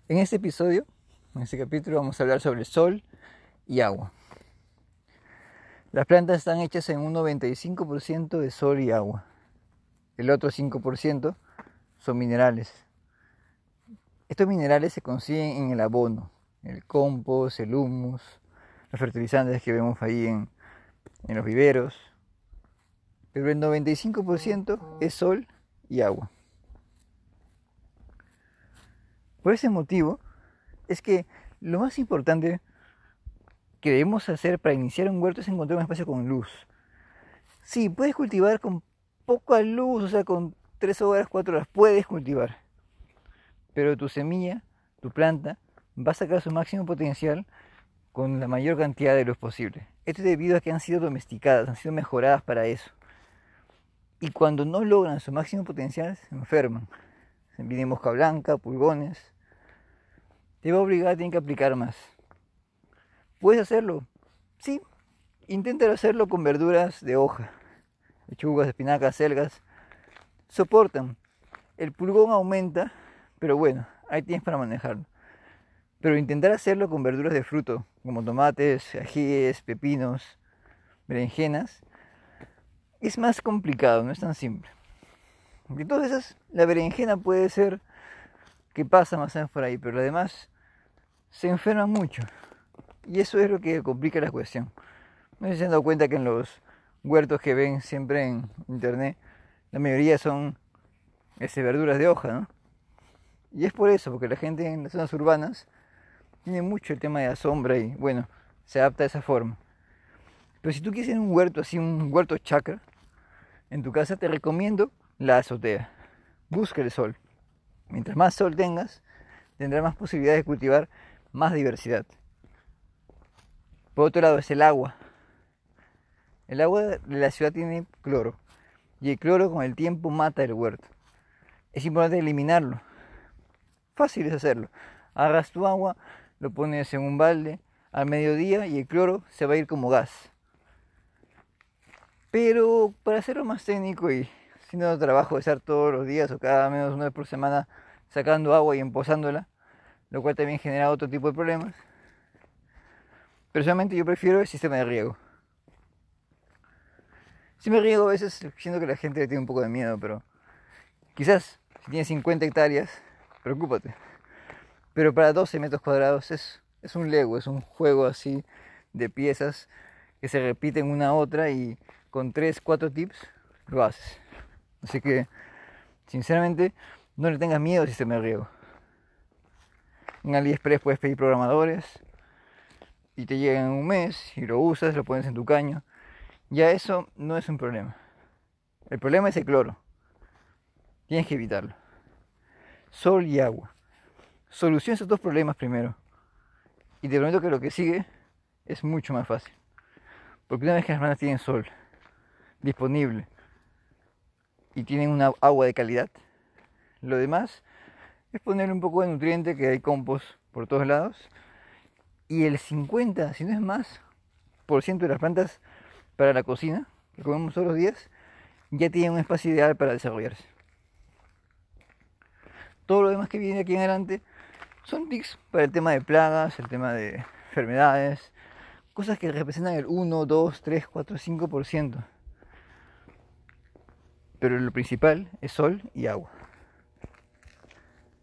En este episodio, en este capítulo, vamos a hablar sobre sol y agua. Las plantas están hechas en un 95% de sol y agua. El otro 5% son minerales. Estos minerales se consiguen en el abono, el compost, el humus, los fertilizantes que vemos ahí en los viveros. Pero el 95% es sol y agua. Por ese motivo es que lo más importante que debemos hacer para iniciar un huerto es encontrar un espacio con luz. Sí, puedes cultivar con poca luz, o sea, con 3 horas, 4 horas, puedes cultivar. Pero tu semilla, tu planta, va a sacar su máximo potencial con la mayor cantidad de luz posible. Esto es debido a que han sido domesticadas, han sido mejoradas para eso. Y cuando no logran su máximo potencial, se enferman. Vienen mosca blanca, pulgones. Te va a obligar a tener que aplicar más. ¿Puedes hacerlo? Sí. Inténtalo hacerlo con verduras de hoja. Lechugas, espinacas, selgas. Soportan. El pulgón aumenta, pero bueno, ahí tienes para manejarlo. Pero intentar hacerlo con verduras de fruto, como tomates, ajíes, pepinos, berenjenas, es más complicado, no es tan simple. De todas esas, la berenjena puede ser que pasa más o menos por ahí, pero además se enferma mucho. Y eso es lo que complica la cuestión. No sé si se han dado cuenta que en los huertos que ven siempre en internet, la mayoría son verduras de hoja, ¿no? Y es por eso, porque la gente en las zonas urbanas tiene mucho el tema de la sombra y bueno, se adapta de esa forma. Pero si tú quieres un huerto así, un huerto chakra, en tu casa te recomiendo la azotea. Busca el sol. Mientras más sol tengas, tendrás más posibilidades de cultivar más diversidad. Por otro lado es el agua. El agua de la ciudad tiene cloro y el cloro con el tiempo mata el huerto. Es importante eliminarlo. Fácil es hacerlo. Agarras tu agua, lo pones en un balde al mediodía y el cloro se va a ir como gas. Pero para hacerlo más técnico y haciendo trabajo de estar todos los días o cada menos una vez por semana sacando agua y empozándola, lo cual también genera otro tipo de problemas, personalmente yo prefiero el sistema de riego. Si me riego a veces siento que la gente le tiene un poco de miedo, pero quizás si tienes 50 hectáreas, preocúpate. Pero para 12 metros cuadrados es un Lego, es un juego así de piezas que se repiten una a otra y con 3, 4 tips lo haces. Así que, sinceramente, no le tengas miedo al sistema de riego. En AliExpress puedes pedir programadores y te llegan en un mes y lo usas, lo pones en tu caño. Ya eso no es un problema. El problema es el cloro. Tienes que evitarlo. Sol y agua. Soluciona esos dos problemas primero. Y te prometo que lo que sigue es mucho más fácil. Porque una vez que las plantas tienen sol disponible y tienen una agua de calidad, lo demás es ponerle un poco de nutriente, que hay compost por todos lados. Y el 50, si no es más, por ciento de las plantas para la cocina, que comemos todos los días, ya tienen un espacio ideal para desarrollarse. Todo lo demás que viene aquí en adelante son tics para el tema de plagas, el tema de enfermedades, cosas que representan el 1, 2, 3, 4, 5%. Pero lo principal es sol y agua.